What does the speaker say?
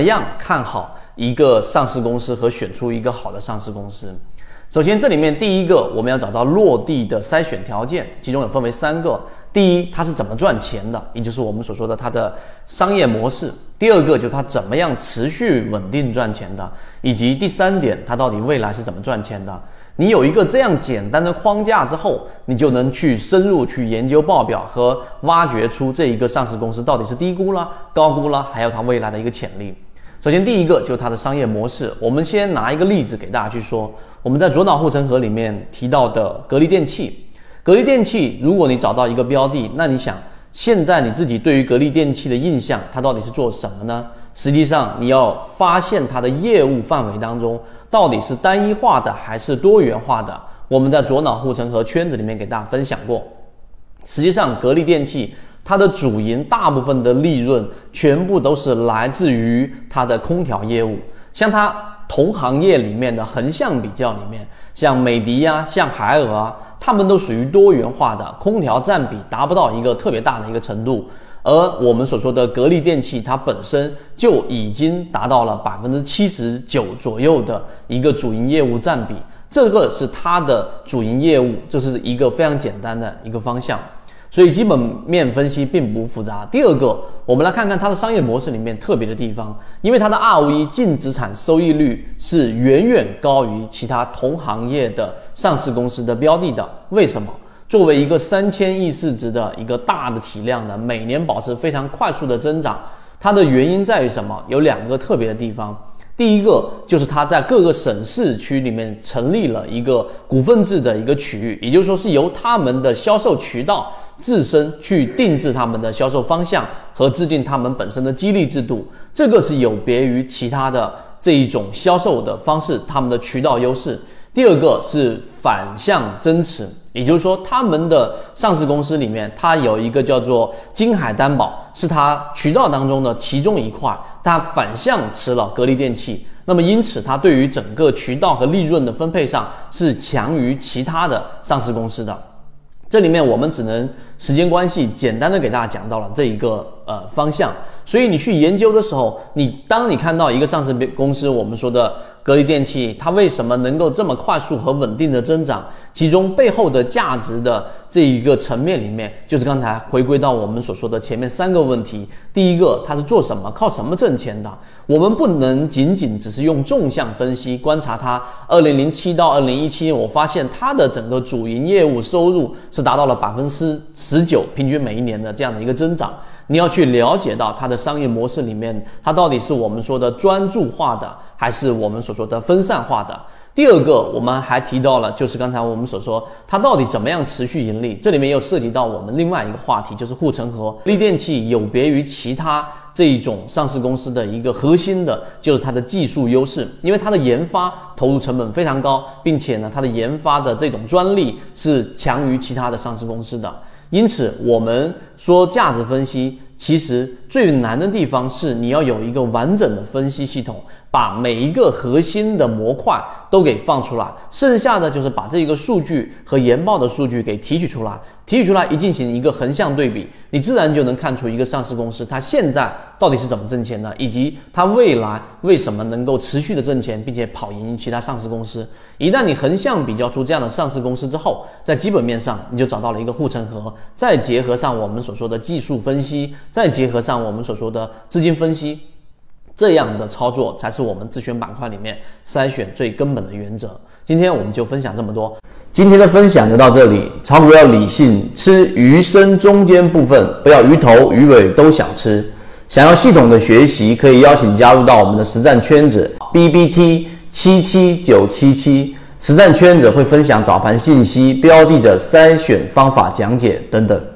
样看好一个上市公司和选出一个好的上市公司。首先，这里面第一个我们要找到落地的筛选条件，其中有分为3个。第一，它是怎么赚钱的，也就是我们所说的它的商业模式；第二个，就是它怎么样持续稳定赚钱的；以及第3点，它到底未来是怎么赚钱的。你有一个这样简单的框架之后，你就能去深入去研究报表和挖掘出这一个上市公司到底是低估了、高估了，还有它未来的一个潜力。首先，第一个就是它的商业模式。我们先拿一个例子给大家去说，我们在左脑护城河里面提到的格力电器。格力电器，如果你找到一个标的，那你想现在你自己对于格力电器的印象，它到底是做什么呢？实际上你要发现它的业务范围当中到底是单一化的还是多元化的，我们在左脑护城河圈子里面给大家分享过。实际上格力电器它的主营大部分的利润全部都是来自于它的空调业务，像它同行业里面的横向比较里面，像美的啊，像海尔啊，他们都属于多元化的，空调占比达不到一个特别大的一个程度。而我们所说的格力电器，它本身就已经达到了79%左右的一个主营业务占比，这个是它的主营业务，这是一个非常简单的一个方向。所以基本面分析并不复杂。第二个，我们来看看它的商业模式里面特别的地方，因为它的 ROE 净资产收益率是远远高于其他同行业的上市公司的标的的。为什么？作为一个3000亿市值的一个大的体量的，每年保持非常快速的增长，它的原因在于什么？有2个特别的地方。第一个就是它在各个省市区里面成立了一个股份制的一个区域，也就是说是由他们的销售渠道自身去定制他们的销售方向和制定他们本身的激励制度，这个是有别于其他的这一种销售的方式，他们的渠道优势。第二个是反向增持，也就是说他们的上市公司里面，它有一个叫做金海担保，是它渠道当中的其中一块，它反向持了格力电器，那么因此它对于整个渠道和利润的分配上是强于其他的上市公司的。这里面我们只能时间关系简单的给大家讲到了这一个方向，所以你去研究的时候，当你看到一个上市公司，我们说的格力电器，它为什么能够这么快速和稳定的增长，其中背后的价值的这一个层面里面，就是刚才回归到我们所说的前面3个问题。第一个，它是做什么，靠什么挣钱的？我们不能仅仅只是用纵向分析观察它2007到2017年，我发现它的整个主营业务收入是达到了19%平均每一年的这样的一个增长。你要去了解到它的商业模式里面，它到底是我们说的专注化的，还是我们所说的分散化的。第二个，我们还提到了，就是刚才我们所说，它到底怎么样持续盈利，这里面又涉及到我们另外一个话题，就是护城河。格力电器有别于其他这一种上市公司的一个核心的，就是它的技术优势，因为它的研发投入成本非常高，并且呢，它的研发的这种专利是强于其他的上市公司的。因此我们说价值分析其实最难的地方是你要有一个完整的分析系统，把每一个核心的模块都给放出来，剩下的就是把这个数据和研报的数据给提取出来，一进行一个横向对比，你自然就能看出一个上市公司它现在到底是怎么挣钱的，以及它未来为什么能够持续的挣钱，并且跑赢其他上市公司。一旦你横向比较出这样的上市公司之后，在基本面上你就找到了一个护城河，再结合上我们所说的技术分析，再结合上我们所说的资金分析，这样的操作才是我们自选板块里面筛选最根本的原则。今天我们就分享这么多，今天的分享就到这里。炒股要理性，吃鱼身中间部分，不要鱼头鱼尾都想吃。想要系统的学习，可以邀请加入到我们的实战圈子 BBT77977，实战圈子会分享早盘信息、标的的筛选方法讲解等等。